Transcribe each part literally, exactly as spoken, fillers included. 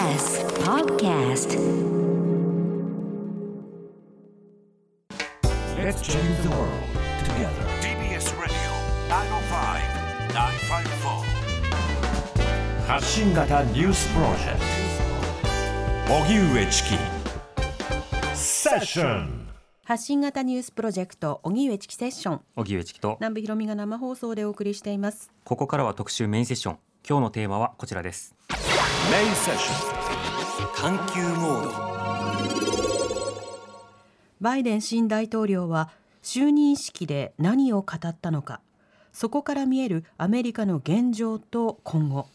ティービーエス Podcast Let's change the world together. ティービーエス Radio きゅうまるご、きゅうごよん。 発信型ニュースプロジェクト荻上チキセッション。 発信型ニュースプロジェクト荻上チキセッション、 荻上チキと南部ひろみが生放送でお送りしています。 ここからは特集メインセッション。今日のテーマはこちらです。 メインセッション。 探求モード。 バイデン新大統領は就任式で何を語ったのか、そこから見えるアメリカの現状と今後。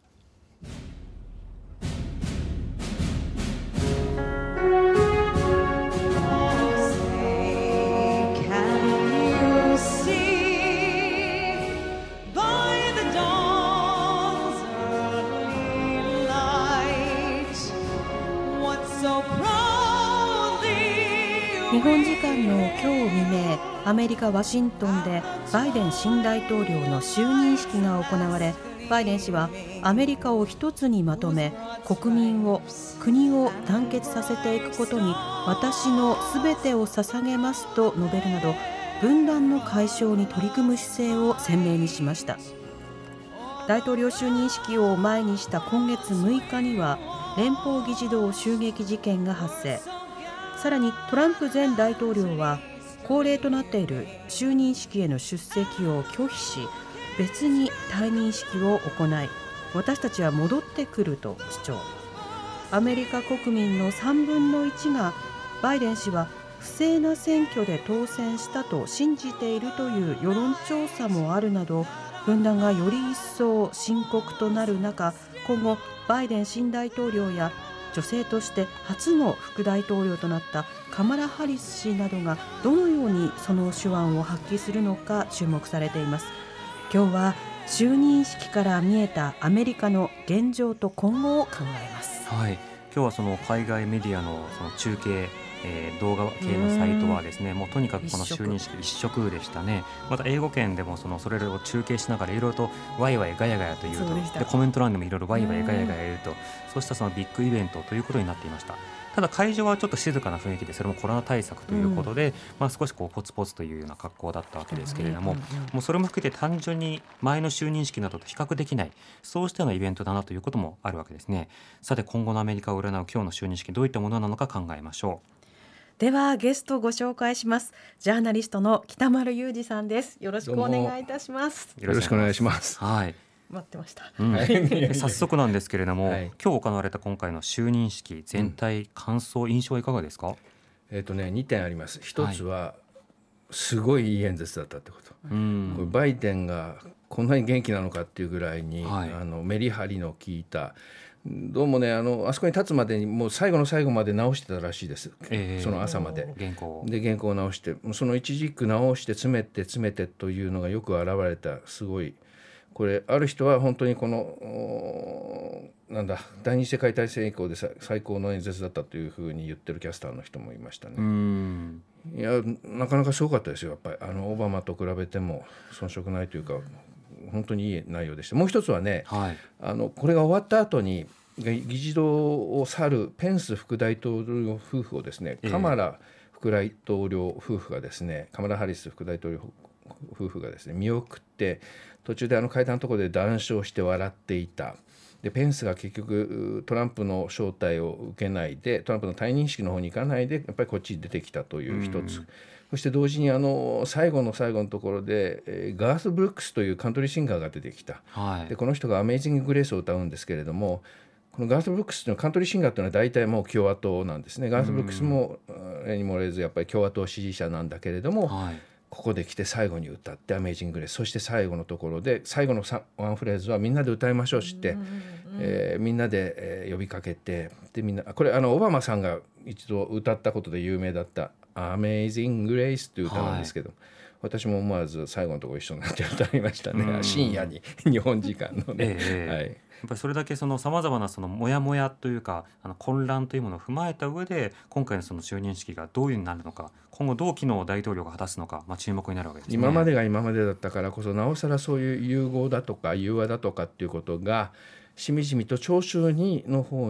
日本時間の今日未明、アメリカ・ワシントンでバイデン新大統領の就任式が行われ、バイデン氏はアメリカを一つにまとめ、国民を、国を団結させていくことに私のすべてを捧げますと述べるなど、分断の解消に取り組む姿勢を鮮明にしました。大統領就任式を前にした今月むいかには、連邦議事堂襲撃事件が発生。さらにトランプ前大統領は恒例となっている就任式への出席を拒否し、別に退任式を行い、私たちは戻ってくると主張。アメリカ国民のさんぶんのいちがバイデン氏は不正な選挙で当選したと信じているという世論調査もあるなど、分断がより一層深刻となる中、今後バイデン新大統領や女性として初の副大統領となったカマラ・ハリス氏などがどのようにその手腕を発揮するのか注目されています。今日は就任式から見えたアメリカの現状と今後を考えます。 はい、今日はその海外メディアのその中継、えー、動画系のサイトはですね、もうとにかくこの就任式一色でしたね。また英語圏でもそのそれを中継しながらいろいろとワイワイガヤガヤというと、でコメント欄でもいろいろワイワイガヤガヤ言うと、そうしたそのビッグイベントということになっていました。ただ会場はちょっと静かな雰囲気で、それもコロナ対策ということで、うんまあ、少しこうポツポツというような格好だったわけですけれども、うんうんうん、もうそれも含めて単純に前の就任式などと比較できない、そうしたようなイベントだなということもあるわけですね。さて今後のアメリカを占う今日の就任式、どういったものなのか考えましょう。 ではゲストをご紹介します。ジャーナリストの北丸裕二さんです。よろしくお願いいたします。 よろしくお願いします。 はい、 待ってました、 うん、早速なんですけれども、はい、今日行われた今回の就任式全体、うん、感想印象はいかがですか？ えーとね、にてんあります。一つはすごいいい演説だったってこと、うん、これバイデンがこんなに元気なのかっていうぐらいに、はい、あのメリハリの効いた、どうもね、あのあそこに立つまでにもう最後の最後まで直してたらしいです、えー、その朝まで原稿で原稿を直して、その一軸直して詰めて詰めてというのがよく現れた。すごいこれ、ある人は本当にこのなんだ第二次世界大戦以降で最高の演説だったというふうに言ってるキャスターの人もいましたね。うーん、いやなかなかすごかったですよ。やっぱりあのオバマと比べても遜色ないというか、本当にいい内容でした。もう一つはね、はい、あのこれが終わった後に議事堂を去るペンス副大統領夫婦をですね、カマラ副大統領夫婦がですね、カマラ・ハリス副大統領夫婦がですね見送って、途中であの階段のところで談笑して笑っていた。でペンスが結局トランプの招待を受けないで、トランプの退任式の方に行かないで、やっぱりこっちに出てきたという一つ。そして同時にあの最後の最後のところで、えー、ガース・ブルックスというカントリーシンガーが出てきた、はい、でこの人がアメイジング・グレースを歌うんですけれども、このガース・ブルックスというのはカントリーシンガーというのは大体もう共和党なんですね。ガース・ブルックスも例に漏れずやっぱり共和党支持者なんだけれども、はい、ここで来て最後に歌ってアメイジング・グレース、そして最後のところで最後のワンフレーズはみんなで歌いましょうって、えー、みんなで、えー、呼びかけて、でみんなこれあのオバマさんが一度歌ったことで有名だったアメイジング・グレースという歌なんですけど、はい、私も思わず最後のところ一緒になって歌いましたね。深夜に日本時間のね、えーはい、 やっぱりそれだけさまざまなそのモヤモヤというか、あの混乱というものを踏まえた上で、今回のその就任式がどういう風になるのか、今後どう機能を大統領が果たすのか、まあ、注目になるわけですね。 今までが今までだったからこそ、なおさらそういう融合だとか融和だとかっていうことがしみじみと聴衆にの方に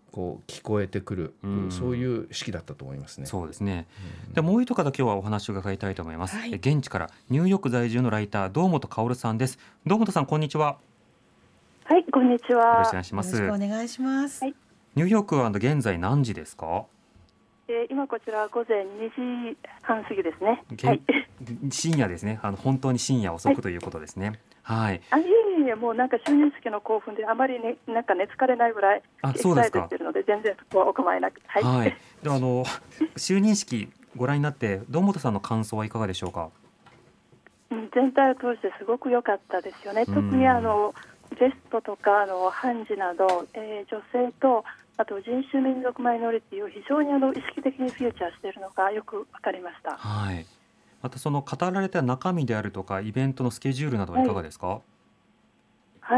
こう聞こえてくる、うん、そういう式だったと思いますね。 そうですね、うん、でもう一方今日はお話を伺いたいと思います、はい、現地からニューヨーク在住のライター堂本薫さんです。堂本さん、こんにちは。 はい、こんにちは。 よろしくお願いします。 よろしくお願いします、はい、 ニューヨークは現在何時ですか？ えー、今こちら午前にじはん過ぎですね。はい、 深夜ですね。あの本当に深夜遅くということですね。はい。 あ、いえいえ、もうなんか就任式の興奮であまり、ね、なんか寝疲れないぐらいエキサイトしているので、全然そこはお構いなく。はい。 はい、ではあの就任式ご覧になって堂本さんの感想はいかがでしょうか？ うん、全体を通してすごく良かったですよね。特にあのゲストとかあの判事など、えー、女性とあと人種民族マイノリティを非常にあの意識的にフューチャーしているのがよく分かりました。 はい。またその語られた中身であるとかイベントのスケジュールなどはいかがですか？ はい、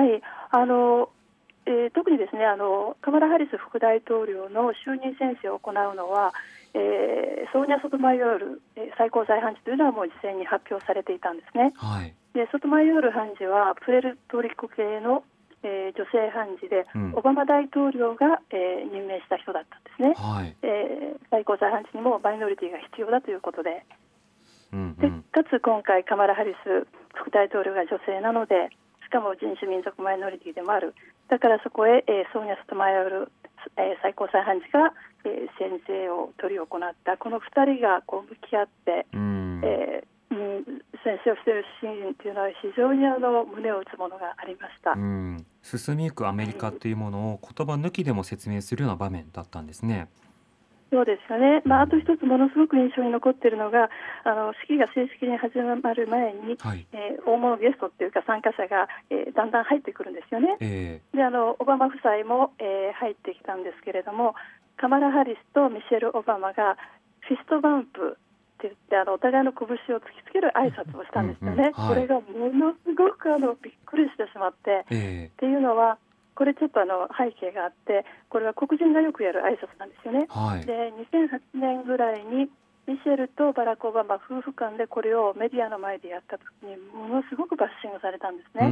はい、あのえー、特にですね、あのカマラ・ハリス副大統領の就任宣誓を行うのは、えー、ソーニャ・ソトマヨール、えー、最高裁判事というのはもう事前に発表されていたんですね。 はい、 でソトマヨール判事はプエルトリコ系の、えー、女性判事で、うん、オバマ大統領が、えー、任命した人だったんですね。はい、えー、最高裁判事にもマイノリティが必要だということで、うんうん、でかつ今回カマラ・ハリス副大統領が女性なので、しかも人種民族マイノリティでもある。だからそこへ、えー、ソーニャ・ソトマヨール、えー、最高裁判事が、えー、宣誓を執り行ったこのふたりがこう向き合って、うんえーうん、宣誓をしているシーンというのは非常にあの胸を打つものがありました。 うん、進みゆくアメリカというものを言葉抜きでも説明するような場面だったんですね。 そうですよね。まあ、あと一つものすごく印象に残っているのが、あの式が正式に始まる前に、はいえー、大物ゲストというか参加者が、えー、だんだん入ってくるんですよね。えー、であのオバマ夫妻も、えー、入ってきたんですけれども、カマラ・ハリスとミシェル・オバマがフィストバンプって言ってあのお互いの拳を突きつける挨拶をしたんですよね。うんうんはい、これがものすごくあのびっくりしてしまって、えー、っていうのはこれちょっとあの背景があって、これは黒人がよくやる挨拶なんですよね。はい、でにせんはちねんぐらいにミシェルとバラク・オバマ夫婦間でこれをメディアの前でやった時にものすごくバッシングされたんですね。うん、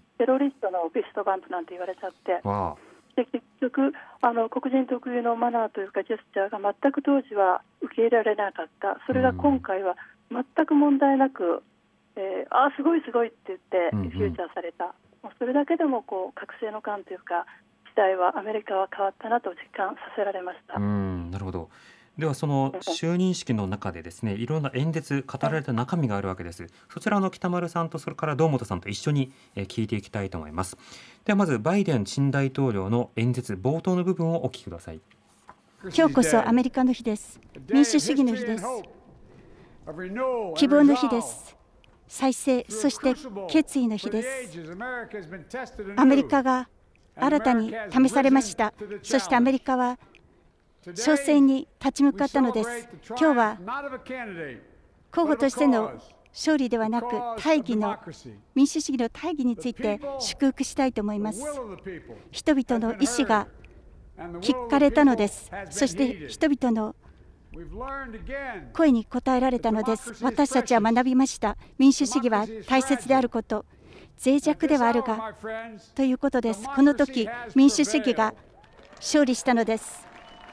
テロリストのフィストバンプなんて言われちゃって、で結局あの黒人特有のマナーというかジェスチャーが全く当時は受け入れられなかった。それが今回は全く問題なく、えー、あすごいすごいって言ってフューチャーされた。うんうんそれだけでもこう覚醒の感というか時代はアメリカは変わったなと実感させられました。 うん、なるほど。ではその就任式の中でですね、いろんな演説語られた中身があるわけです。そちらの北丸さんとそれから堂本さんと一緒に聞いていきたいと思います。ではまずバイデン新大統領の演説冒頭の部分をお聞きください。 今日こそアメリカの日です。民主主義の日です。希望の日です。再生そして決意の日です。アメリカが新たに試されました。そしてアメリカは挑戦に立ち向かったのです。今日は候補としての勝利ではなく大義の民主主義の大義について祝福したいと思います。人々の意思が聞かれたのです。そして人々の声に応えられたのです。私たちは学びました。民主主義は大切であること、脆弱ではあるがということです。この時民主主義が勝利したのです。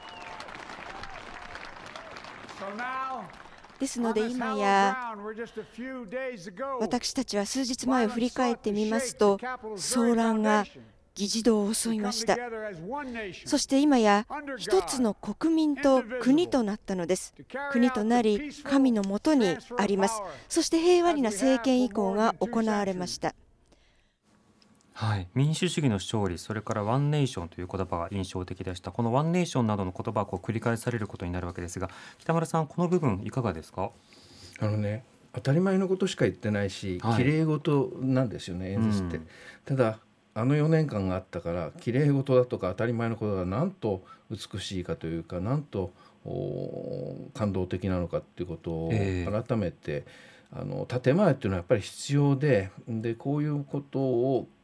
ですので今や私たちは数日前を振り返ってみますと、騒乱が議事堂を襲いました。そして今や一つの国民と国となったのです。国となり神のもとにあります。そして平和な政権移行が行われました。 はい、民主主義の勝利、それからワンネーションという言葉が印象的でした。このワンネーションなどの言葉がこう繰り返されることになるわけですが、北村さんこの部分いかがですか？ あのね、当たり前のことしか言ってないし、はい、綺麗事なんですよね、演説って、うん、ただあのよねんかんがあったから綺麗事だとか当たり前のことがなんと美しいかというか、なんと感動的なのかということを改めて、えー、あの建前っていうのはやっぱり必要で、でこういうことを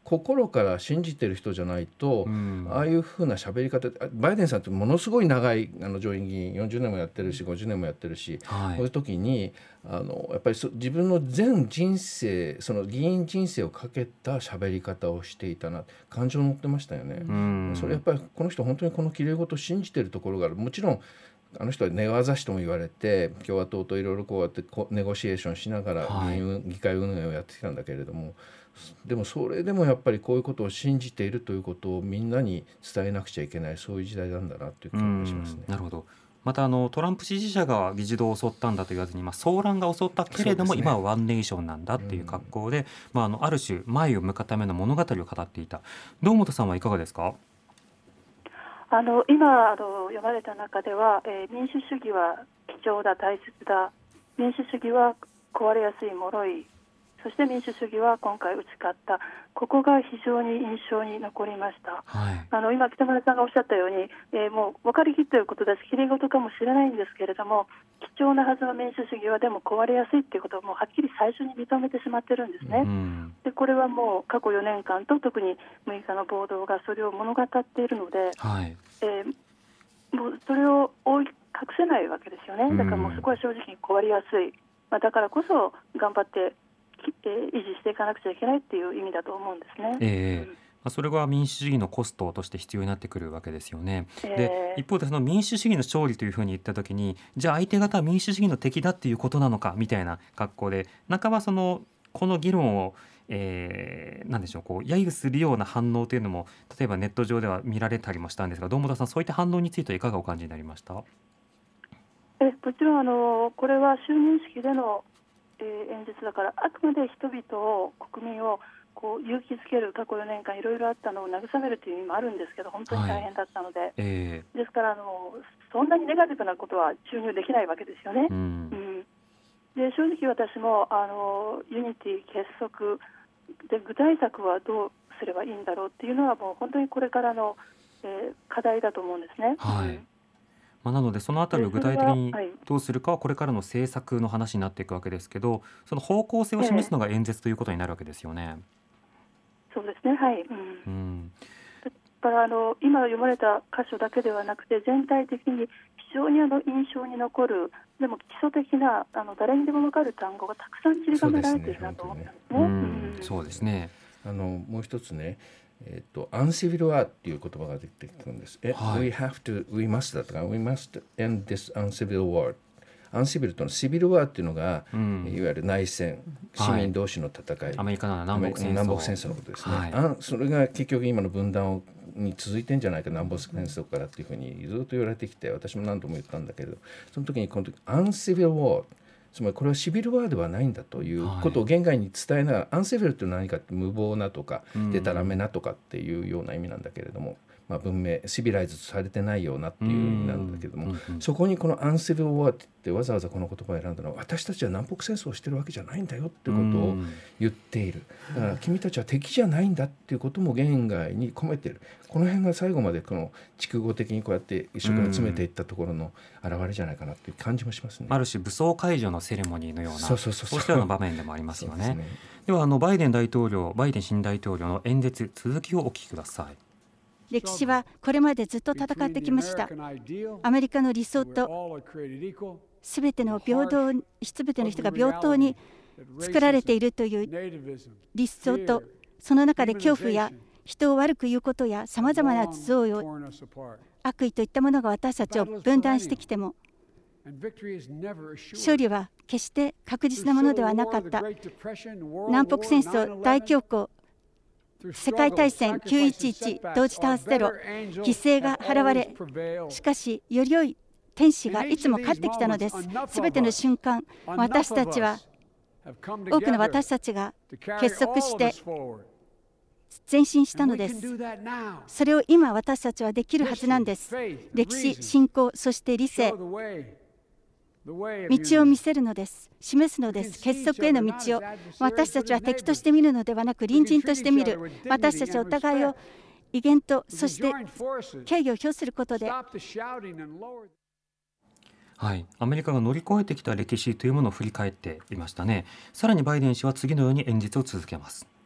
心から信じてる人じゃないと、うん、ああいうふうな喋り方、バイデンさんってものすごい長いあの上院議員よんじゅうねんもやってるしごじゅうねんもやってるし、はい、こういう時にあのやっぱり自分の全人生、その議員人生をかけた喋り方をしていたな、感情乗ってましたよね、うん、それやっぱりこの人本当にこのきれい事を信じてるところがある。もちろんあの人は寝技師とも言われて共和党といろいろこうやってネゴシエーションしながら議員、はい、議会運営をやってきたんだけれども、でもそれでもやっぱりこういうことを信じているということをみんなに伝えなくちゃいけない、そういう時代なんだなという気がしますね。 なるほど。またあのトランプ支持者が議事堂を襲ったんだと言わずに、まあ、騒乱が襲ったけれども、ね、今はワンネーションなんだっていう格好で、うんまあ、あのある種前を向くための物語を語っていた。堂本さんはいかがですか？ あの今あの読まれた中では、えー、民主主義は貴重だ、大切だ、民主主義は壊れやすい、脆い、そして民主主義は今回打ち勝った、ここが非常に印象に残りました、はい、あの今北村さんがおっしゃったように、えー、もう分かりきっていることだしきれい事かもしれないんですけれども、貴重なはずの民主主義はでも壊れやすいということをもうはっきり最初に認めてしまってるんですね、うん、でこれはもう過去よねんかんと特にむいかの暴動がそれを物語っているので、はいえー、もうそれを覆い隠せないわけですよね。だからもうそこは正直に壊れやすい、まあ、だからこそ頑張って維持していかなくちゃいけないっていう意味だと思うんですね、 えーうんまあ、それが民主主義のコストとして必要になってくるわけですよね、えー、で一方でその民主主義の勝利というふうに言ったときに、じゃあ相手方は民主主義の敵だっていうことなのかみたいな格好で、半ばそのこの議論をえー、なんでしょう、こう揶揄するような反応というのも例えばネット上では見られたりもしたんですが、堂本さんそういった反応についてはいかがお感じになりました？ えもちろんあのこれは就任式でのえー、演説だから、あくまで人々を国民をこう勇気づける、過去よねんかんいろいろあったのを慰めるという意味もあるんですけど、本当に大変だったので、はいえー、ですからあのそんなにネガティブなことは注入できないわけですよね、うんうん、で正直私もあのユニティ結束で具体策はどうすればいいんだろうっていうのはもう本当にこれからの、えー、課題だと思うんですね、はいうんまあ、なのでそのあたりを具体的にどうするかはこれからの政策の話になっていくわけですけど、その方向性を示すのが演説ということになるわけですよね。 えー、そうですね、はい、うんうん、だからあの今読まれた箇所だけではなくて全体的に非常にあの印象に残る、でも基礎的なあの誰にでも分かる単語がたくさん散りばめられているなと思ったんですね。 そうですね、 あのもう一つね、えー、とアンシビルワーっていう言葉が出てくるんです。はい、We have to, we must だとか We must end this uncivil war。 アンシビルとのシビルワーっていうのが、うん、いわゆる内戦、市民同士の戦い、はい、 アメリカの南北戦争、 南北戦争のことですね、はい、あそれが結局今の分断をに続いてんじゃないか、南北戦争からっていうふうにずっと言われてきて、私も何度も言ったんだけど、その時にこの時アンシビルワー、つまりこれはシビルワーではないんだということを言外に伝えながら、はい、アンシビルというのは何かって無謀なとかでたらめなとかっていうような意味なんだけれども、まあ、文明シビライズされてないようなっていう意味なんだけども、うんうん、そこにこのアンシビルワーって言ってわざわざこの言葉を選んだのは、私たちは南北戦争をしてるわけじゃないんだよってことを言っている。だから君たちは敵じゃないんだっていうことも言外に込めている。この辺が最後までこの筑語的にこうやって一生懸命詰めていったところの表れじゃないかなっていう感じもしますね。 ある種武装解除のセレモニーのような、そうそうそうそう、そうしたような場面でもありますよね。そうですね。ではあのバイデン大統領バイデン新大統領の演説続きをお聞きください。 歴史はこれまでずっと戦ってきました。アメリカの理想とすべての平等、すべての人が平等に作られているという理想と、その中で恐怖や人を悪く言うことやさまざまな憎悪を、悪意といったものが私たちを分断してきても、勝利は決して確実なものではなかった。南北戦争、大恐慌、世界大戦、きゅういちいち、同時多発テロ、犠牲が払われ、しかしより良い天使がいつも勝ってきたのです。すべての瞬間、私たちは多くの私たちが結束して前進したのです。それを今私たちはできるはずなんです。歴史、信仰、そして理性、道を見せるのです。示すのです。結束への道を私たちは敵として見るのではなく隣人として見る。私たちはお互いを威厳とそして敬意を表することで、 はい、アメリカが乗り越えてきた歴史というものを振り返っていましたね。さらにバイデン氏は次のように演説を続けます。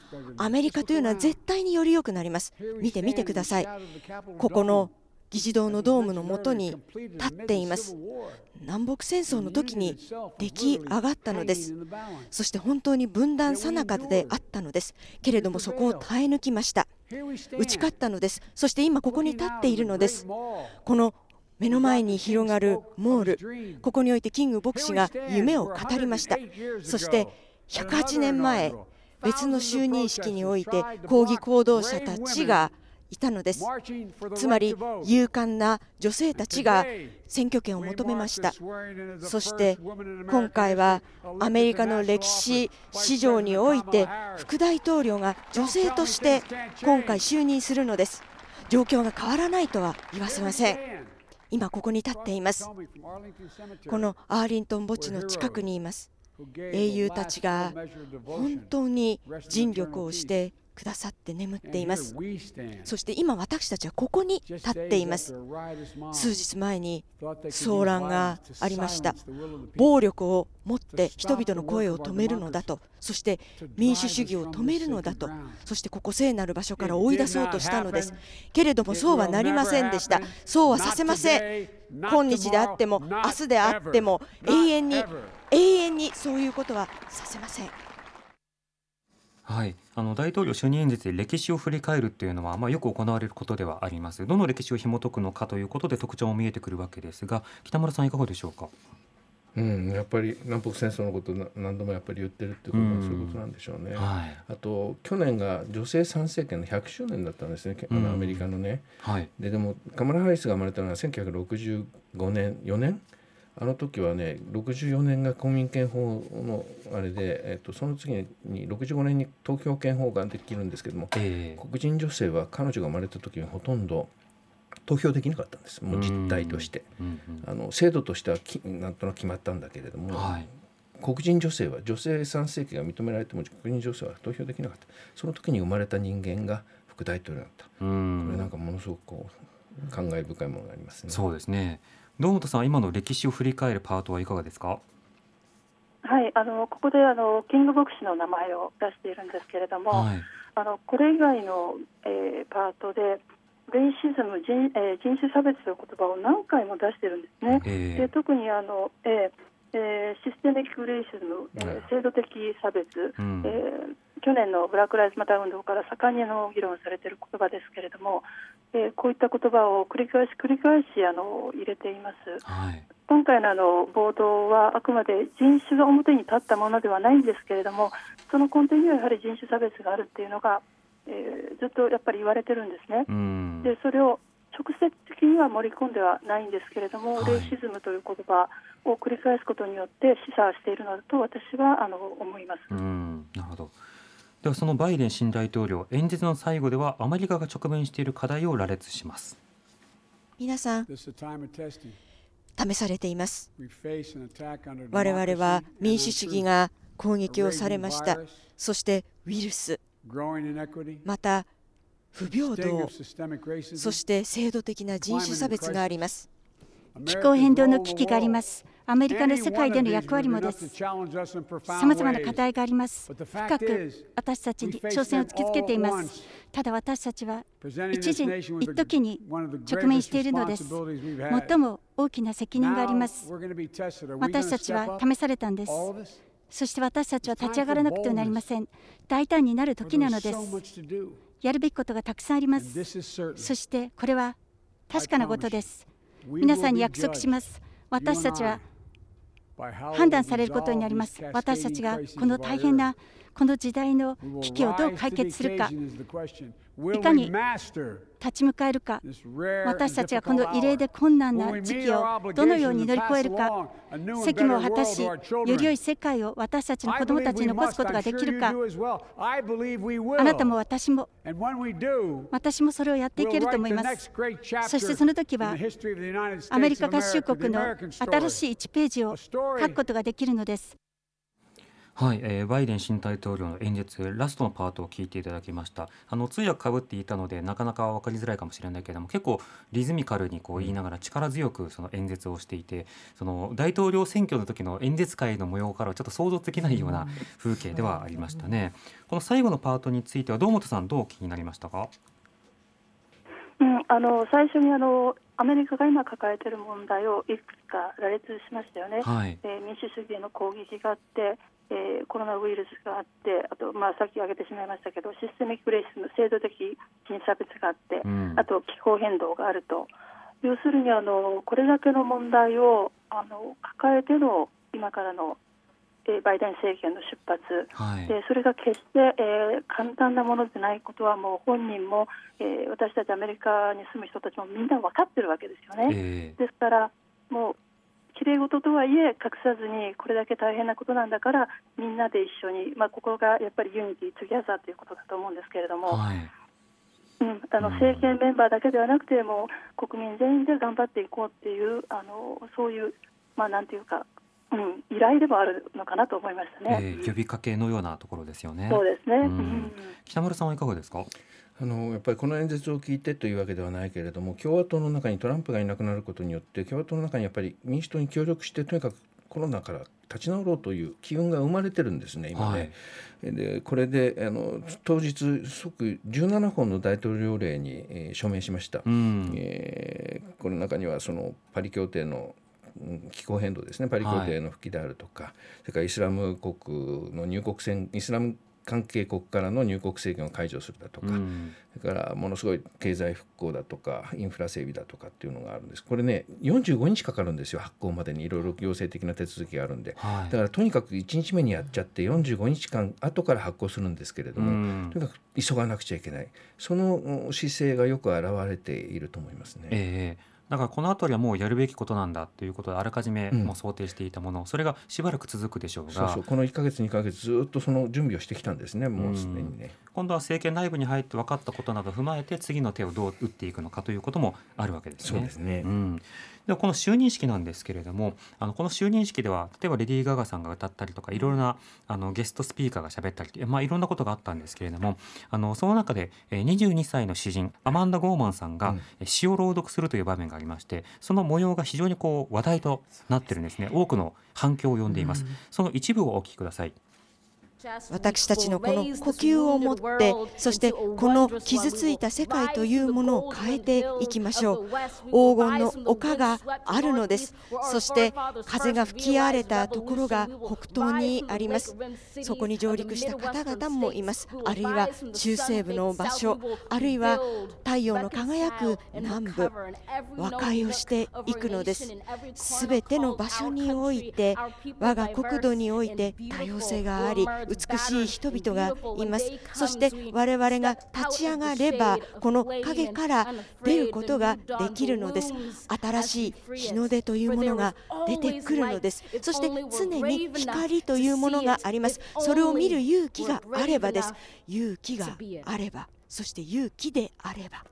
アメリカというのは絶対により良くなります。見てみてください。ここの議事堂のドームの下に立っています。南北戦争の時に出来上がったのです。そして本当に分断さなかであったのです。けれどもそこを耐え抜きました。打ち勝ったのです。そして今ここに立っているのです。この目の前に広がるモール、ここにおいてキング牧師が夢を語りました。そしてひゃくはちねんまえ、別の就任式において抗議行動者たちがいたのです。つまり勇敢な女性たちが選挙権を求めました。そして今回はアメリカの歴史史上において副大統領が女性として今回就任するのです。状況が変わらないとは言わせません。今ここに立っています。このアーリントン墓地の近くにいます。英雄たちが本当に尽力をしてくださって眠っています。そして今私たちはここに立っています。数日前に騒乱がありました。暴力を持って人々の声を止めるのだと、そして民主主義を止めるのだと、そしてここ聖なる場所から追い出そうとしたのです。けれどもそうはなりませんでした。そうはさせません。今日であっても明日であっても永遠に永遠にそういうことはさせません。 はい、あの大統領就任演説で歴史を振り返るというのは、まあ、よく行われることではあります。どの歴史を紐解くのかということで特徴も見えてくるわけですが、北村さんいかがでしょうか。 うん、やっぱり南北戦争のことを何度もやっぱり言ってるっていうことはそういうことなんでしょうね。はい、あと去年が女性参政権のひゃくしゅうねんだったんですね、あのアメリカのね。はい、で, でもカマラ・ハリスが生まれたのはせんきゅうひゃくろくじゅうごねんよねん、あの時はねろくじゅうよねんが公民権法のあれで、えっと、その次にろくじゅうごねんに投票権法ができるんですけども、えー、黒人女性は彼女が生まれた時にほとんど投票できなかったんです。もう実態として、うんうん、あの制度としてはきなんとなく決まったんだけれども、はい、黒人女性は女性参政権が認められても黒人女性は投票できなかった。その時に生まれた人間が副大統領だった。これなんかものすごくこう感慨深いものがありますね。 そうですね。堂本さん、今の歴史を振り返るパートはいかがですか。 はい、あのここであのキング牧師の名前を出しているんですけれども、はい、あのこれ以外の、えー、パートでレイシズム 人,、えー、人種差別という言葉を何回も出しているんですね。えー、で特にあの、えーえー、システミックレイシズム、えー、制度的差別、うんえー、去年のブラック・ライズ・マター運動から盛んにの議論されている言葉ですけれども、えー、こういった言葉を繰り返し繰り返しあの入れています。はい、今回のあの暴動はあくまで人種が表に立ったものではないんですけれども、その根底にはやはり人種差別があるっていうのが、えー、ずっとやっぱり言われてるんですね。うんでそれを直接的には盛り込んではないんですけれども、はい、レイシズムという言葉を繰り返すことによって示唆しているのだと私はあの思います。 うんなるほど。ではそのバイデン新大統領、演説の最後ではアメリカが直面している課題を羅列します。 皆さん試されています。我々は民主主義が攻撃をされました。そしてウイルス、また不平等、そして制度的な人種差別があります。 気候変動の危機があります。アメリカの世界での役割もです。さまざまな課題があります。深く私たちに挑戦を突きつけています。ただ私たちは一時一時に直面しているのです。最も大きな責任があります。私たちは試されたんです。そして私たちは立ち上がらなくてはなりません。大胆になる時なのです。やるべきことがたくさんあります。そしてこれは確かなことです。皆さんに約束します。私たちは判断されることになります。私たちがこの大変なこの時代の危機をどう解決するか、いかに立ち向かえるか、私たちがこの異例で困難な時期をどのように乗り越えるか、責務を果たし、より良い世界を私たちの子どもたちに残すことができるか、あなたも私も、私もそれをやっていけると思います。そしてその時は、アメリカ合衆国の新しいいちページを書くことができるのです。 はい、えー、バイデン新大統領の演説ラストのパートを聞いていただきました。あの通訳かぶっていたのでなかなか分かりづらいかもしれないけれども、結構リズミカルにこう言いながら力強くその演説をしていて、その大統領選挙の時の演説会の模様からはちょっと想像できないような風景ではありましたね。この最後のパートについては堂本さんどう気になりましたか？ うん、あの最初にあのアメリカが今抱えている問題をいくつか羅列しましたよね。はい、えー、民主主義への攻撃があって、えー、コロナウイルスがあって、あと、まあ、さっき挙げてしまいましたけどシステミックレイシズム、制度的人差別があって、うん、あと気候変動があると。要するにあのこれだけの問題をあの抱えての今からのバイデン政権の出発、はい、でそれが決して、えー、簡単なものでないことはもう本人も、えー、私たちアメリカに住む人たちもみんな分かってるわけですよね。えー、ですからもうきれい事とはいえ隠さずにこれだけ大変なことなんだからみんなで一緒に、まあ、ここがやっぱりユニティ・トゥギャザーということだと思うんですけれども、はい、うん、あの政権メンバーだけではなくてもう国民全員で頑張っていこうっていうあのそういう、まあ、なんていうかうん、依頼でもあるのかなと思いましたね。 えー、呼びかけのようなところですよね。 そうですね。うん、北村さんはいかがですか？ あのやっぱりこの演説を聞いてというわけではないけれども、共和党の中にトランプがいなくなることによって共和党の中にやっぱり民主党に協力してとにかくコロナから立ち直ろうという機運が生まれてるんですね今ね。はい、でこれであの当日即じゅうななほんの大統領令に、えー、署名しました。うん、えー、この中にはそのパリ協定の気候変動ですね、パリ協定の復帰であるとか、はい、それからイスラム国の入国制イスラム関係国からの入国制限を解除するだとか、うん、それからものすごい経済復興だとかインフラ整備だとかっていうのがあるんです。これねよんじゅうごにちかかるんですよ、発行までにいろいろ行政的な手続きがあるんで、はい、だからとにかくいちにちめにやっちゃってよんじゅうごにちかん後から発行するんですけれども、うん、とにかく急がなくちゃいけない、その姿勢がよく表れていると思いますね。 えーだからこのあたりはもうやるべきことなんだということであらかじめもう想定していたもの、うん、それがしばらく続くでしょうが、 そうそう、このいっかげつにかげつずっとその準備をしてきたんですね、もうすでにね。 今度は政権内部に入って分かったことなどを踏まえて次の手をどう打っていくのかということもあるわけですね。 そうですね。 うん、でこの就任式なんですけれども、あのこの就任式では例えばレディー・ガガさんが歌ったりとかいろいろなあのゲストスピーカーが喋ったり、まあ、いろんなことがあったんですけれども、あのその中でにじゅうにさいの詩人アマンダ・ゴーマンさんが詩を朗読するという場面がありまして、その模様が非常にこう話題となってるんですね。多くの反響を呼んでいます。その一部をお聞きください。 私たちのこの呼吸を持って、そしてこの傷ついた世界というものを変えていきましょう。黄金の丘があるのです。そして風が吹き荒れたところが北東にあります。そこに上陸した方々もいます。あるいは中西部の場所、あるいは太陽の輝く南部、和解をしていくのです。すべての場所において、我が国土において多様性があり、美しい人々がいます。そして我々が立ち上がればこの影から出ることができるのです。新しい日の出というものが出てくるのです。そして常に光というものがあります。それを見る勇気があればです。勇気があれば、そして勇気であれば。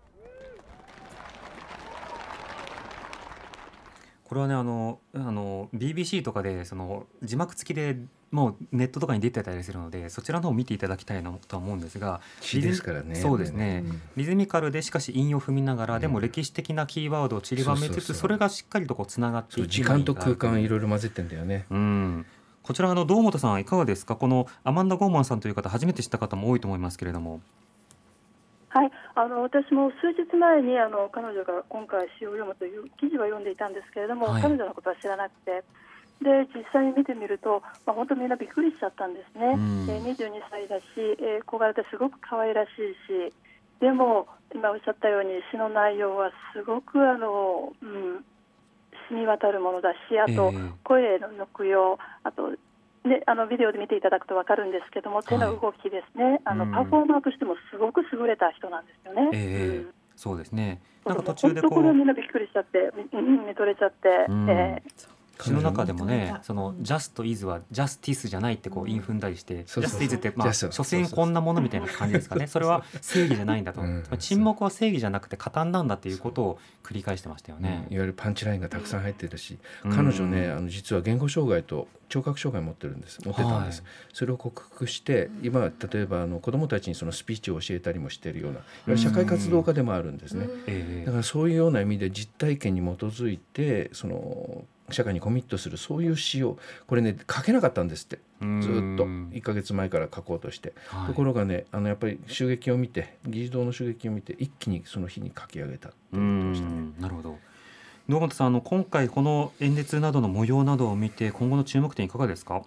これはね、あのあの ビービーシー とかでその字幕付きでもうネットとかに出てたりするので、そちらの方を見ていただきたいなとは思うんですが、 詩ですからね。 そうですね、うん、リズミカルでしかし韻を踏みながら、うん、でも歴史的なキーワードを散りばめつつ、そうそうそう、それがしっかりとこうつながっていく、 時間と空間いろいろ混ぜてんだよね。 うん、こちらの堂本さんいかがですか？このアマンダ・ゴーマンさんという方初めて知った方も多いと思いますけれども。 はい、あの私も数日前にあの彼女が今回詩を読むという記事は読んでいたんですけれども、はい、彼女のことは知らなくて、で実際に見てみると、まあ、本当みんなびっくりしちゃったんですね。えー、にじゅうにさいだし、えー、小柄ですごく可愛らしいし、でも今おっしゃったように詩の内容はすごくあの、うん、染み渡るものだし、あと声の抑揚、あとであのビデオで見ていただくと分かるんですけども、手の動きですね、はい、あのパフォーマーとしてもすごく優れた人なんですよね。 えーうん、そうですね。なんか途中でこう本当これみんなびっくりしちゃって、見とれちゃって、うん、えー詩の中でもね、その just is は justice じゃないってこう韻踏んだりして、 そうそうそう just is ってまあ所詮こんなものみたいな感じですかね。それは正義じゃないんだと、うん、沈黙は正義じゃなくて加担なんだっていうことを繰り返してましたよね、 うん、いわゆるパンチラインがたくさん入ってるし、うん、彼女ね、あの実は言語障害と聴覚障害を持ってるんです持ってたんです、はい、それを克服して今例えばあの子どもたちにそのスピーチを教えたりもしているようないわゆる社会活動家でもあるんですね、うん、だからそういうような意味で実体験に基づいてその社会にコミットするそういう詩をこれね書けなかったんですって、ずっといっかげつまえから書こうとして、はい、ところがねあのやっぱり襲撃を見て議事堂の襲撃を見て一気にその日に書き上げたということでしたね。 なるほど。堂本さん、あの今回この演説などの模様などを見て今後の注目点いかがですか？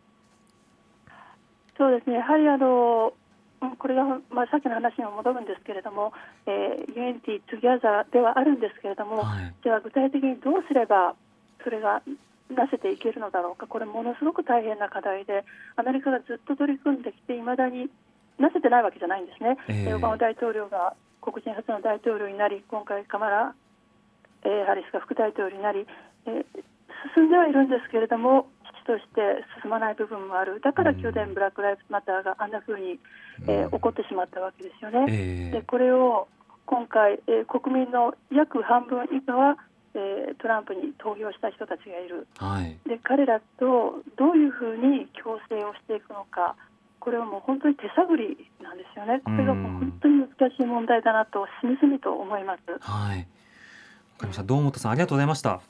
そうですね、やはりあのこれが、まあ、さっきの話にも戻るんですけれども、えー、Unity Together ではあるんですけれども、はい、じゃあ具体的にどうすればそれがなせていけるのだろうか。これものすごく大変な課題でアメリカがずっと取り組んできていまだになせてないわけじゃないんですね、えー、オバマ大統領が黒人初の大統領になり、今回カマラ、えー、ハリスが副大統領になり、えー、進んではいるんですけれども父として進まない部分もある。だから去年ブラック・ライブズ・マターがあんな風に、えー、起こってしまったわけですよね、えー、でこれを今回、えー、国民の約半分以下はえー、トランプに投票した人たちがいる、はい、で彼らとどういうふうに共生をしていくのか、これはもう本当に手探りなんですよね。これがもう本当に難しい問題だなとしみじみと思います。 はい、わかりました。堂本さんありがとうございました。 はい、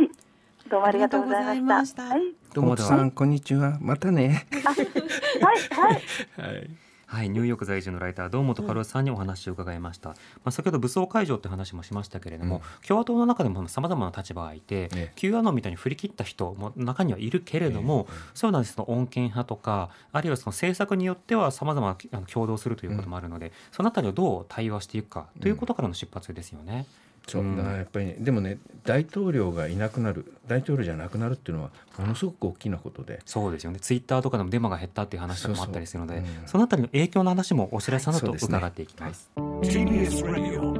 どうもありがとうございました。はい、 堂本さんこんにちは、またね。 はいはいはいはい、ニューヨーク在住のライター堂本かろうさんにお話を伺いました、うん、まあ、先ほど武装解除って話もしましたけれども、うん、共和党の中でもさまざまな立場がいて、ね、Q アノンみたいに振り切った人も中にはいるけれども、ね、そうなんです。その穏健派とかあるいはその政策によってはさまざま共同するということもあるので、うん、そのあたりをどう対話していくかということからの出発ですよね、 うん、そうだからやっぱり、ね、でもね大統領がいなくなる、大統領じゃなくなるっていうのはものすごく大きなことで、 そうですよね。ツイッターとかでもデマが減ったっていう話とかもあったりするので、そうそう、うん、そのあたりの影響の話もお知らせのと伺っていきます。ティービーエス Radio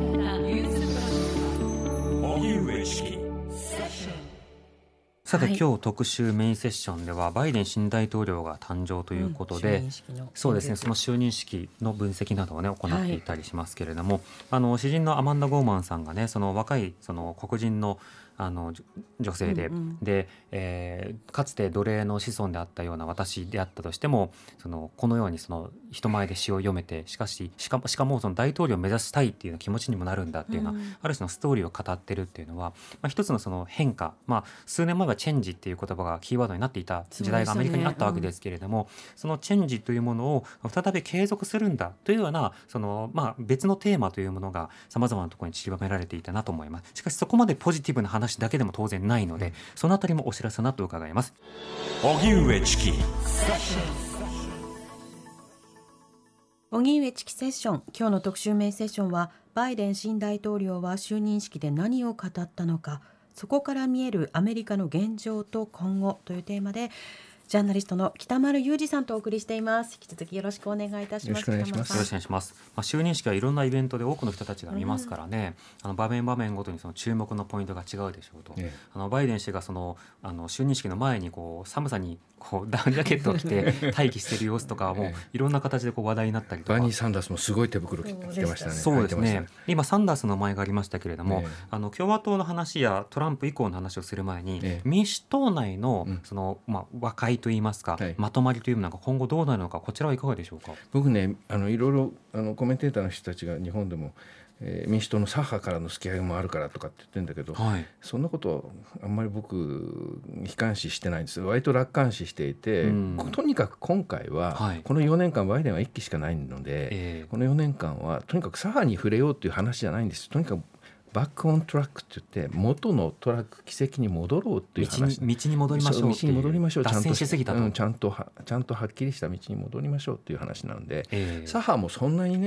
荻上チキ。さて、はい、今日特集メインセッションではバイデン新大統領が誕生ということで、うん、そうですね、その就任式の分析などをね行っていたりしますけれども、はい、あの詩人のアマンダ・ゴーマンさんがね、その若いその黒人のあの女性で、うんうん、で、えー、かつて奴隷の子孫であったような私であったとしても、そのこのようにその人前で詩を読めて、しかししかもしかもその大統領を目指したいっていうような気持ちにもなるんだっていうような、うん、ある種のストーリーを語ってるっていうのは、まあ、一つのその変化、まあ、数年前はチェンジっていう言葉がキーワードになっていた時代がアメリカにあったわけですけれども、 そ, ね、うん、そのチェンジというものを再び継続するんだというようなその、まあ、別のテーマというものがさまざまなところに散りばめられていたなと思います。しかしそこまでポジティブな話だけでも当然ないので、そのあたりもお知らせなと伺います。荻上チキ荻上チキセッション。今日の特集メインセッションはバイデン新大統領は就任式で何を語ったのか、そこから見えるアメリカの現状と今後というテーマで、ジャーナリストの北丸裕二さんとお送りしています。引き続きよろしくお願いいたします。 よろしくお願いします。 よろしくお願いします。まあ、就任式はいろんなイベントで多くの人たちが見ますからね、うん、あの場面場面ごとにその注目のポイントが違うでしょうと、ね、あのバイデン氏がそのあの就任式の前にこう寒さにこうダウンジャケットを着て待機している様子とかもいろんな形でこう話題になったりとか、 バニー・サンダースもすごい手袋着てましたね。 そうですね。今サンダースの前がありましたけれども、ね、あの共和党の話やトランプ以降の話をする前に、ね、民主党内のその、まあ、和解といいますか、はい、まとまりというのが今後どうなるのか、こちらはいかがでしょうか。 僕ね、あのいろいろあのコメンテーターの人たちが日本でも、えー、民主党の左派からの付き合いもあるからとかって言ってるんだけど、はい、そんなことあんまり僕悲観視してないんです。割と楽観視していて、うん、とにかく今回は、はい、このよねんかんバイデンはいっきしかないので、えー、このよねんかんはとにかく左派に触れようという話じゃないんです。とにかくバックオントラックって言って元のトラック軌跡に戻ろうという話。 道に、道に戻りましょうっていう、 道に戻りましょう、 脱線しすぎたと、 うん、ちゃんとはちゃんとはっきりした道に戻りましょうっていう話なんで、えー、左派もそんなにね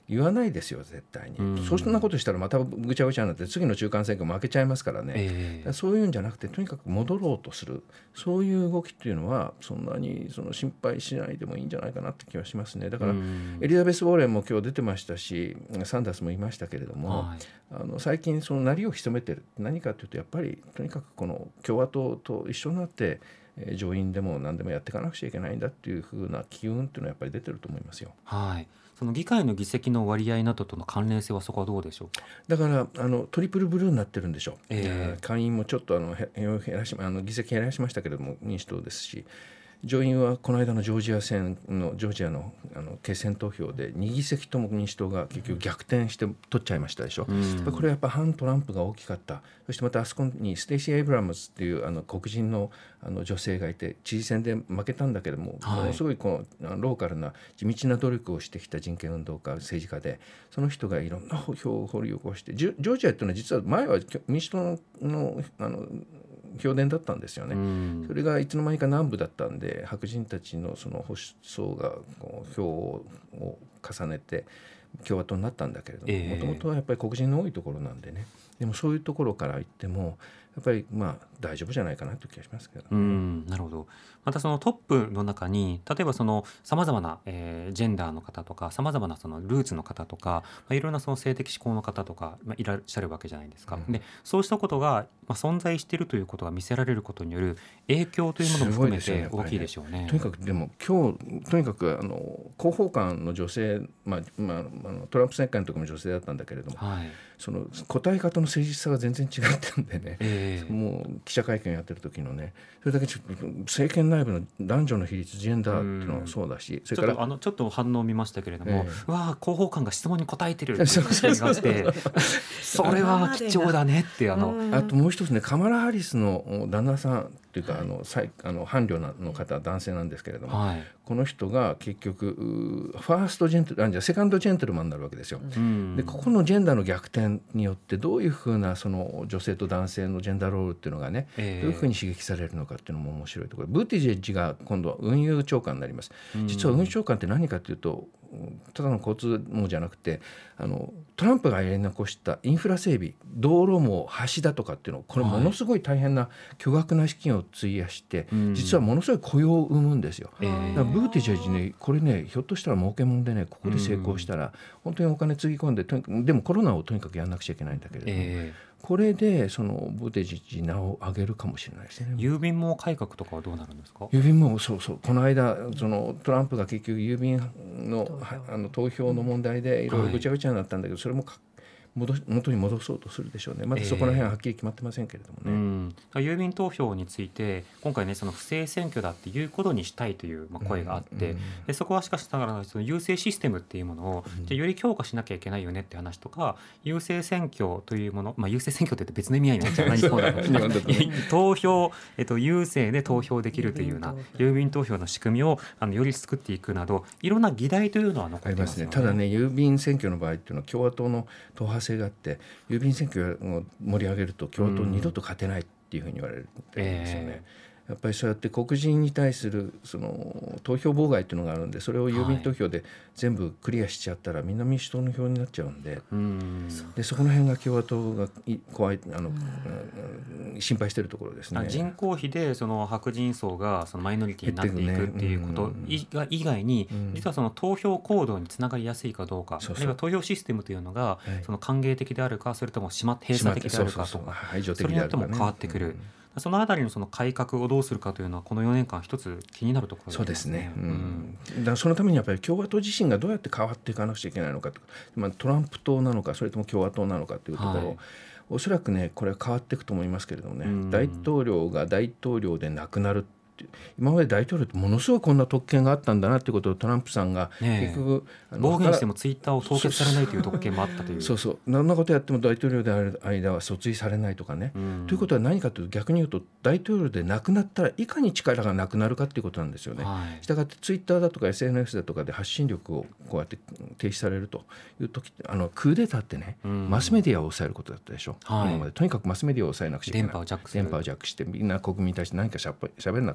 言わないですよ絶対に、うん、そんなことしたらまたぐちゃぐちゃになって次の中間選挙負けちゃいますからね、えー、そういうんじゃなくてとにかく戻ろうとするそういう動きっていうのはそんなにその心配しないでもいいんじゃないかなって気はしますね。だから、うん、エリザベス・ウォーレンも今日出てましたしサンダースもいましたけれども、はい、あの最近その鳴りを潜めてる何かというとやっぱりとにかくこの共和党と一緒になって上院でも何でもやっていかなくちゃいけないんだっていう風な機運っていうのはやっぱり出てると思いますよ。 はい、その議会の議席の割合などとの関連性はそこはどうでしょうか。 だからあのトリプルブルーになってるんでしょう、えー、下院もちょっとあの減らしあの議席減らしましたけれども民主党ですし上院はこの間のジョージア選のジョージア の, あの決選投票でに議席とも民主党が結局逆転して取っちゃいましたでしょ、うん、これはやっぱ反トランプが大きかった。そしてまたあそこにステイシー・エイブラムズっていうあの黒人 の, あの女性がいて知事選で負けたんだけども、はい、ものすごいこのローカルな地道な努力をしてきた人権運動家政治家でその人がいろんな票を掘り起こしてジョージアっていうのは実は前は民主党 の, の, あの票田だったんですよね、うん、それがいつの間にか南部だったんで白人たちのその保守層がこう票を重ねて共和党になったんだけれどももともとはやっぱり黒人の多いところなんでね。でもそういうところから言ってもやっぱりまあ大丈夫じゃないかなという気がしますけど、ね、 うんなるほど。またそのトップの中に例えばそのさまざまな、えー、ジェンダーの方とかさまざまなそのルーツの方とか、まあ、いろんなその性的指向の方とか、まあ、いらっしゃるわけじゃないですか、うん、でそうしたことが、まあ、存在しているということが見せられることによる影響というものも含めて大きいでしょうね。 とにかくでも今日とにかくあの広報官の女性、まあまあ、あのトランプ政権の時も女性だったんだけれども、はい、その答え方の誠実さが全然違ってんでね、えー、もう記者会見やってる時のねそれだけちょっと政権内部の男女の比率ジェンダーっていうのはそうだし、それからちょっとあのちょっと反応を見ましたけれども、えー、わあ広報官が質問に答えてるっていう話があってそれは貴重だねってあのあともう一つねカマラ・ハリスの旦那さんというか、はい、あのあの伴侶の方男性なんですけれども、はい、この人が結局ファーストジェントルあじゃセカンドジェントルマンになるわけですよ、うん、でここのジェンダーの逆転によってどういうふうなその女性と男性のジェンダーロールっていうのがね、えー、どういうふうに刺激されるのかっていうのも面白いところ。ブーティジェッジが今度は運輸長官になります。実は運輸長官って何かというとただの交通網じゃなくてあのトランプがやり残したインフラ整備道路網橋だとかっていうのこれものすごい大変な巨額な資金を費やして、はい、実はものすごい雇用を生むんですよ、えー、だからブーティジェッジねこれねひょっとしたら儲けもんでねここで成功したら本当にお金つぎ込んでとにかくでもコロナをとにかくやんなくちゃいけないんだけれども、えーこれでそのブーティジェッジ名を上げるかもしれないですね。 郵便網改革とかはどうなるんですか。 郵便網そうそうこの間そのトランプが結局郵便 の, あの投票の問題でいろいろぐちゃぐちゃになったんだけど、はい、それもか戻元に戻そうとするでしょうね。まだそこら辺ははっきり決まってませんけれどもね、えー、うん郵便投票について今回ねその不正選挙だっていうことにしたいという、まあ、声があって、うんうん、でそこはしかしながらその郵政システムっていうものを、うん、じゃより強化しなきゃいけないよねって話とか郵政選挙というもの、まあ、郵政選挙って言って別の意味合いになっちゃう何そうだろう投票、えっと、郵政で投票できるというような郵便投票の仕組みをあのより作っていくなどいろんな議題というのは残ってますよね。 ありますね。ただね郵便選挙の場合っていうのは共和党の党派性があって郵便選挙を盛り上げると共和党二度と勝てないっていうふうに言われるんですよね、えー、やっぱりそうやって黒人に対するその投票妨害っていうのがあるんでそれを郵便投票で全部クリアしちゃったら、はい、みんな民主党の票になっちゃうんで、うんでそこの辺が共和党が怖いあの、うん、心配しているところですね。 人口比でその白人層がそのマイノリティになっていくっていうこと以外に、うん、実はその投票行動につながりやすいかどうか、そうそうあるいは投票システムというのがその歓迎的であるかそれとも閉鎖的であるかとかそれによっても変わってくる、うんそのあたりのその改革をどうするかというのはこのよねんかん一つ気になるところですね。 そうですね、うんうん、だからそのためにやっぱり共和党自身がどうやって変わっていかなくちゃいけないのかとか、まあ、トランプ党なのかそれとも共和党なのかというところを、はい、おそらくねこれは変わっていくと思いますけれどもね、うん、大統領が大統領でなくなる今まで大統領ってものすごいこんな特権があったんだなということをトランプさんが結局、 ね、暴言してもツイッターを凍結されないという特権もあったというそうそう何なことやっても大統領である間は訴追されないとかね、うん、ということは何かというと逆に言うと大統領でなくなったらいかに力がなくなるかということなんですよね、はい、したがってツイッターだとか エスエヌエス だとかで発信力をこうやって停止されるという時ってあのクーデターってね、うん、マスメディアを抑えることだったでしょ、はい、今までとにかくマスメディアを抑えなくちゃいけない電波をジャックする電波をジャックしてみんな国民に対して何かしゃべらなくちゃ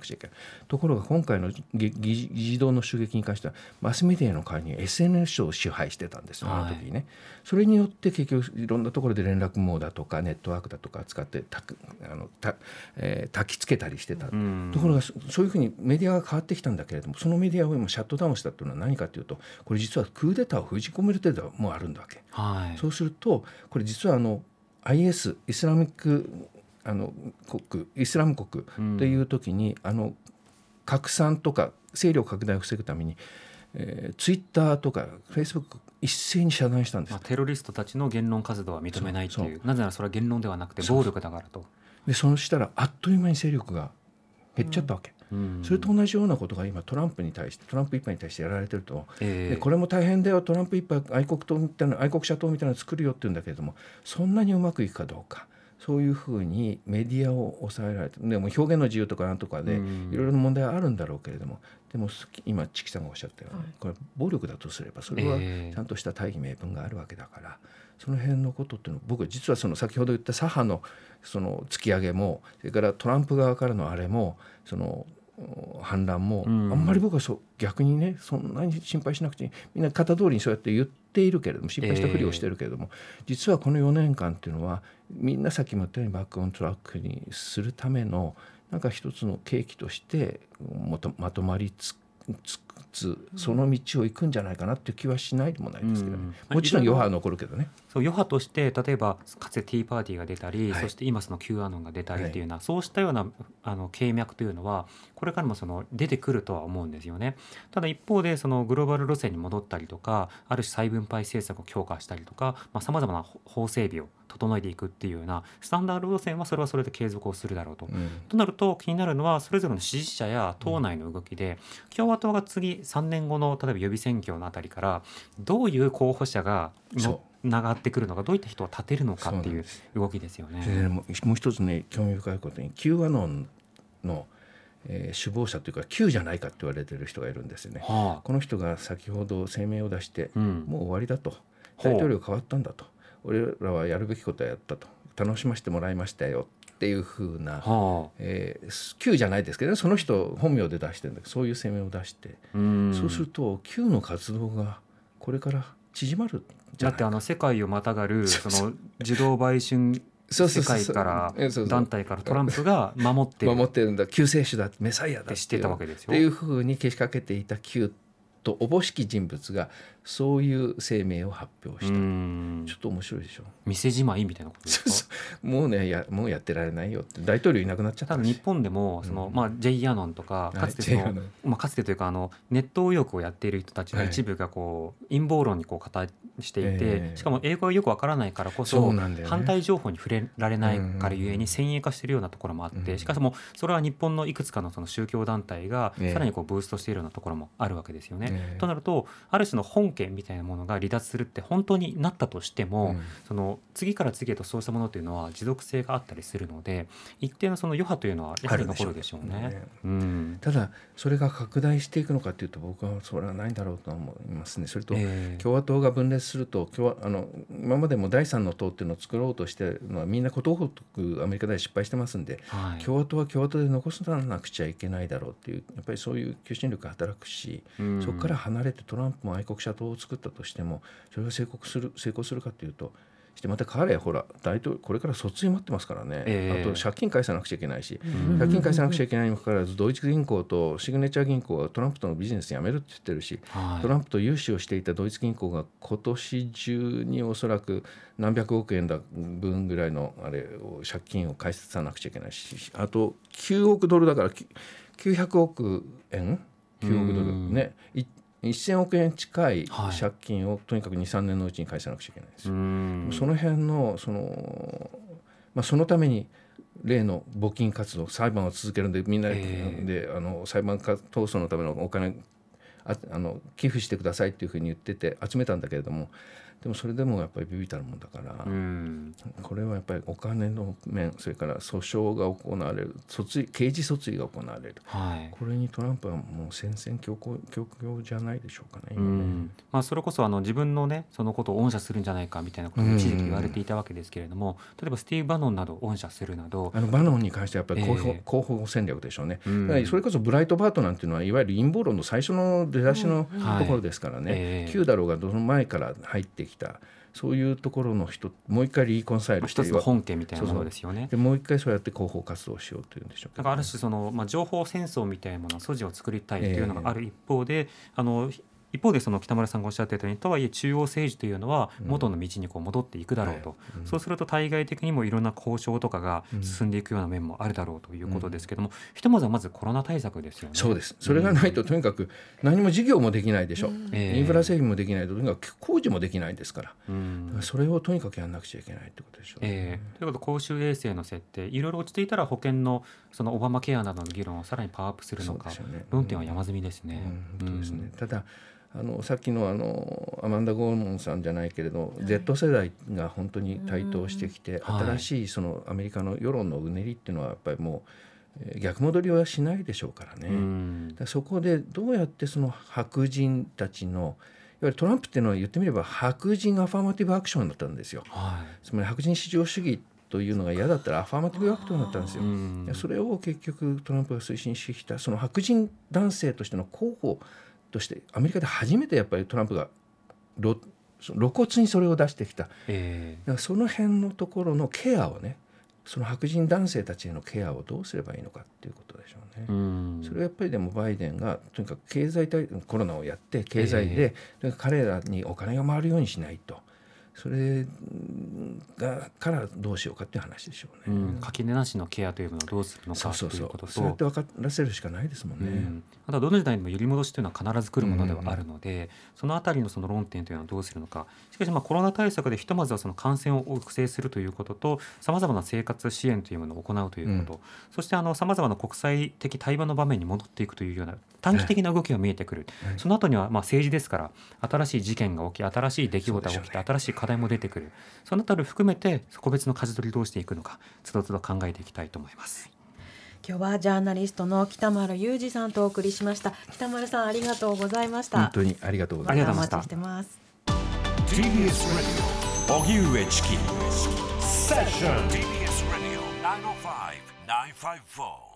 ちゃいけない。ところが今回の議事堂の襲撃に関してはマスメディアの代わりに エスエヌエス を支配してたんですよ、あの時にね、はい、それによって結局いろんなところで連絡網だとかネットワークだとか使ってたあのた、えー、焚きつけたりしてた。ところがそういうふうにメディアが変わってきたんだけれども、そのメディアを今シャットダウンしたというのは何かというと、これ実はクーデターを封じ込める程度もあるんだわけ、はい、そうするとこれ実はあの アイエス イスラミックあの国イスラム国という時に、うん、あの拡散とか勢力拡大を防ぐために、えー、ツイッターとかフェイスブック一斉に遮断したんです。 テロリストたちの言論活動は認めないという、なぜならそれは言論ではなくて暴力だからと。 でそうしたらあっという間に勢力が減っちゃったわけ、うん、それと同じようなことが今トランプに対してトランプ一派に対してやられてると、えー、でこれも大変だよ、トランプ一派愛国党みたいな愛国者党みたいなのを作るよって言うんだけれども、そんなにうまくいくかどうか、そういうふうにメディアを抑えられて、でも表現の自由とかなんとかでいろいろな問題はあるんだろうけれども、でも今チキさんがおっしゃったように、これ暴力だとすればそれはちゃんとした大義名分があるわけだから、その辺のことっていうのは僕は実はその先ほど言った左派のその突き上げも、それからトランプ側からのあれも、その反乱も、あんまり僕はそう逆にねそんなに心配しなくていい、みんな型通りにそうやって言っているけれども、心配したふりをしているけれども、えー、実はこのよねんかんっていうのはみんなさっきも言ったようにバックオントラックにするためのなんか一つの契機としてまと、まとまりつつつその道を行くんじゃないかなっていう気はしないでもないですけどね、うん、もちろん余波は残るけどね。 そう余波として例えばかつてティーパーティーが出たり、はい、そして今その Q アノンが出たりっていうような、はい、そうしたようなあの経脈というのはこれからもその出てくるとは思うんですよね。ただ一方でそのグローバル路線に戻ったりとか、ある種再分配政策を強化したりとか、さまざ、まな法整備を整えていくっていうようなスタンダード路線はそれはそれで継続をするだろうと、うん、となると気になるのはそれぞれの支持者や党内の動きで、うん、共和党が次さんねんごの例えば予備選挙のあたりからどういう候補者がの上がってくるのか、どういった人を立てるのかっていう動きですよね。 でもう一つね興味深いことに Q アノンの、えー、首謀者というか Q じゃないかって言われてる人がいるんですよね、はあ、この人が先ほど声明を出して、うん、もう終わりだと、大統領変わったんだと、俺らはやるべきことはやったと、楽しませてもらいましたよっていう風な、はあえー、Q じゃないですけど、ね、その人本名で出してるんだけど、そういう声明を出して、うんそうすると Q の活動がこれから縮まるんじゃないか。 だってあの世界をまたがるその自動売春世界から団体からトランプが守ってる守ってるんだ、救世主だ、メサイアだってしてたわけですよっていう風にけしかけていた Q とおぼしき人物がそういう声明を発表した。ちょっと面白いでしょ。 店じまいみたいなことですか。 そうそうもうねやもうやってられないよって、大統領いなくなっちゃったし。 ただ日本でもその、うんまあ、J アノンとかかつてその、はいまあ、かつてというかあのネット右翼をやっている人たちの一部がこう、はい、陰謀論にこう語していて、えー、しかも英語がよくわからないからこそ、ね、反対情報に触れられないからゆえに先鋭化しているようなところもあって、うん、しかもそれは日本のいくつか の, その宗教団体がさらにこうブーストしているようなところもあるわけですよね、えー、となるとある種の本家みたいなものが離脱するって本当になったとしても、うん、その次から次へとそうしたものというのは持続性があったりするので、一定のその余波というのはやはり残るでしょうね。ねうん、 ただそれが拡大していくのかというと僕はそれはないんだろうと思いますね。それと、えー、共和党が分裂すると共和あの今までもだいさんの党っていうのを作ろうとしているのはみんなことごとくアメリカで失敗してますんで、はい、共和党は共和党で残さなくちゃいけないだろうっていうやっぱりそういう求心力が働くし、うん、そこから離れてトランプも愛国者党を作ったとしてもそれが成功する成功するかというとして、また彼ほら大統領これから訴追待ってますからね、えー、あと借金返さなくちゃいけないし、うん、借金返さなくちゃいけないにもかかわらずドイツ銀行とシグネチャー銀行がトランプとのビジネスやめるって言ってるし、はい、トランプと融資をしていたドイツ銀行が今年中におそらく何百億円だ分ぐらいのあれを借金を返さなくちゃいけないし、あときゅうおくドルだからきゅうひゃくおくえんきゅうおくドルね、せんおくえん近い借金をとにかく にさんねんのうちに返さなくちゃいけないんですよ。うんその辺のその、まあ、そのために例の募金活動裁判を続けるんでみんなで、えー、あの裁判闘争のためのお金ああの寄付してくださいっていうふうに言ってて集めたんだけれども、 でもそれでもやっぱりビビたるもんだから、うん、これはやっぱりお金の面、それから訴訟が行われる、訴追刑事訴追が行われる、はい、これにトランプはもう戦々恐々じゃないでしょうかね、今ね。うん、 まあ、それこそあの自分のねそのことを恩赦するんじゃないかみたいなことを一時期言われていたわけですけれども、例えばスティーブ・バノンなど恩赦するなど、 あのバノンに関してはやっぱり広報、えー、広報戦略でしょうね。だからそれこそブライトバートなんていうのはいわゆる陰謀論の最初の出だしのところですからね、うん、はい、えー、Q だろうがどの前から入ってきたそういうところの人、もう一回リーコンサイルして、 一つの本家みたいなものですよね。 そうそう、でもう一回そうやって広報活動をしようというんでしょうか、ね、 だからある種その、まあ、情報戦争みたいなもの素地を作りたいというのがある一方で、えー、あの一方でその北村さんがおっしゃっていたように、とはいえ中央政治というのは元の道にこう戻っていくだろうと、うん、はい、そうすると対外的にもいろんな交渉とかが進んでいくような面もあるだろうということですけども、うん、ひとまずはまずコロナ対策ですよね。 そうです。それがないととにかく何も事業もできないでしょ、うん、インフラ整備もできないととにかく工事もできないですから、うん、だからそれをとにかくやらなくちゃいけないってことでしょう、ね、 えー、ということで公衆衛生の設定、いろいろ落ち着いたら保険のそのオバマケアなどの議論をさらにパワーアップするのか、ね、論点は山積みですね。 うん、本当ですね。うん、ただあのさっきの、あのアマンダ・ゴーモンさんじゃないけれど、はい、Z 世代が本当に台頭してきて、新しいそのアメリカの世論のうねりっていうのはやっぱりもう逆戻りはしないでしょうからね。うん、だからそこでどうやってその白人たちの、いわゆるトランプっていうのは言ってみれば白人アファーマティブアクションだったんですよ。はい、つまり白人至上主義というのが嫌だったらアファーマティブアクトになったんですよ。うん、それを結局トランプが推進してきたその白人男性としての候補としてアメリカで初めてやっぱりトランプが 露, 露骨にそれを出してきた、えー、だからその辺のところのケアをね、その白人男性たちへのケアをどうすればいいのかっていうことでしょうね。うん、それはやっぱりでもバイデンがとにかく経済対コロナをやって経済で、えー、彼らにお金が回るようにしないと、それがからどうしようかっていう話でしょうね。 うん、垣根なしのケアというのをどうするのかということと、 そうやって分からせるしかないですもんね。うん、 あとはどの時代にも揺り戻しというのは必ず来るものではあるので、うんうん、そのあたりのその論点というのはどうするのか。しかしまあコロナ対策でひとまずはその感染を抑制するということと、さまざまな生活支援というものを行うということ、うん、そしてさまざまな国際的対話の場面に戻っていくというような短期的な動きが見えてくる、はい、その後にはまあ政治ですから新しい事件が起き、新しい出来事が起きて、ね、新しい課題も出てくる。そのあたりを含めて個別の舵取りどうしていくのか、つどつど考えていきたいと思います。 今日はジャーナリストの北丸裕二さんとお送りしました。北丸さん、ありがとうございました。 本当にありがとうございました。 お待ちしてます。 ティービーエス ラジオ荻上チキセッション ティービーエス ラジオ ナインオーファイブ ナインファイブフォー